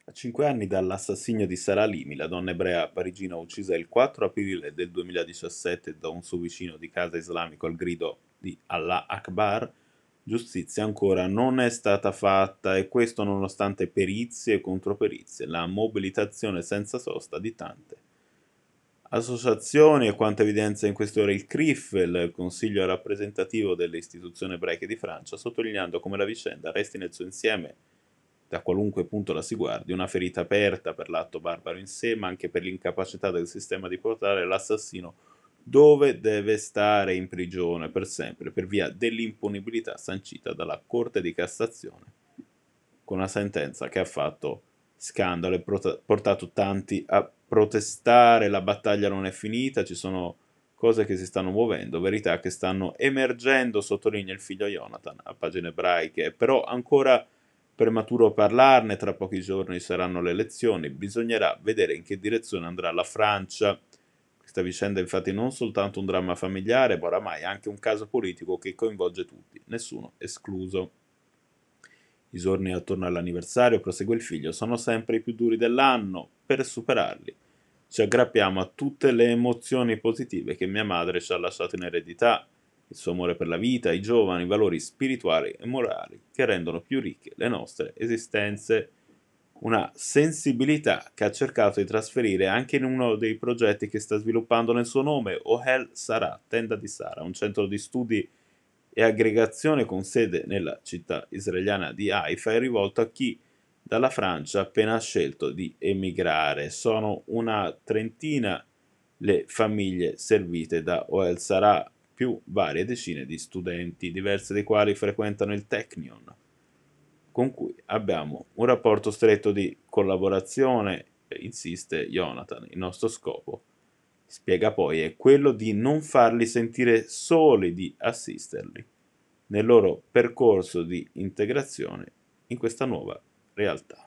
A 5 anni dall'assassinio di Sara Halimi, la donna ebrea parigina uccisa il 4 aprile del 2017 da un suo vicino di casa islamico al grido di Allah Akbar, giustizia ancora non è stata fatta e questo nonostante perizie e controperizie, la mobilitazione senza sosta di tante associazioni e quanto evidenzia in queste ore il CRIF, il Consiglio rappresentativo delle istituzioni ebraiche di Francia, sottolineando come la vicenda resti nel suo insieme, da qualunque punto la si guardi, una ferita aperta per l'atto barbaro in sé, ma anche per l'incapacità del sistema di portare l'assassino dove deve stare in prigione per sempre, per via dell'impunibilità sancita dalla Corte di Cassazione, con una sentenza che ha fatto scandalo e portato tanti a protestare. La battaglia non è finita, ci sono cose che si stanno muovendo, verità che stanno emergendo, sottolinea il figlio Jonathan a pagine ebraiche, però ancora prematuro parlarne, tra pochi giorni saranno le elezioni, bisognerà vedere in che direzione andrà la Francia. Questa vicenda è infatti non soltanto un dramma familiare, ma oramai anche un caso politico che coinvolge tutti, nessuno escluso. I giorni attorno all'anniversario, prosegue il figlio, sono sempre i più duri dell'anno. Per superarli ci aggrappiamo a tutte le emozioni positive che mia madre ci ha lasciato in eredità, il suo amore per la vita, i giovani, i valori spirituali e morali che rendono più ricche le nostre esistenze. Una sensibilità che ha cercato di trasferire anche in uno dei progetti che sta sviluppando nel suo nome, Ohel Sarah, tenda di Sara, un centro di studi e aggregazione con sede nella città israeliana di Haifa, è rivolto a chi dalla Francia ha appena scelto di emigrare. Sono una trentina le famiglie servite da Oel Sarah, più varie decine di studenti, diverse dei quali frequentano il Technion, con cui abbiamo un rapporto stretto di collaborazione, insiste Jonathan. Il nostro scopo, spiega poi, è quello di non farli sentire soli, di assisterli nel loro percorso di integrazione in questa nuova realtà.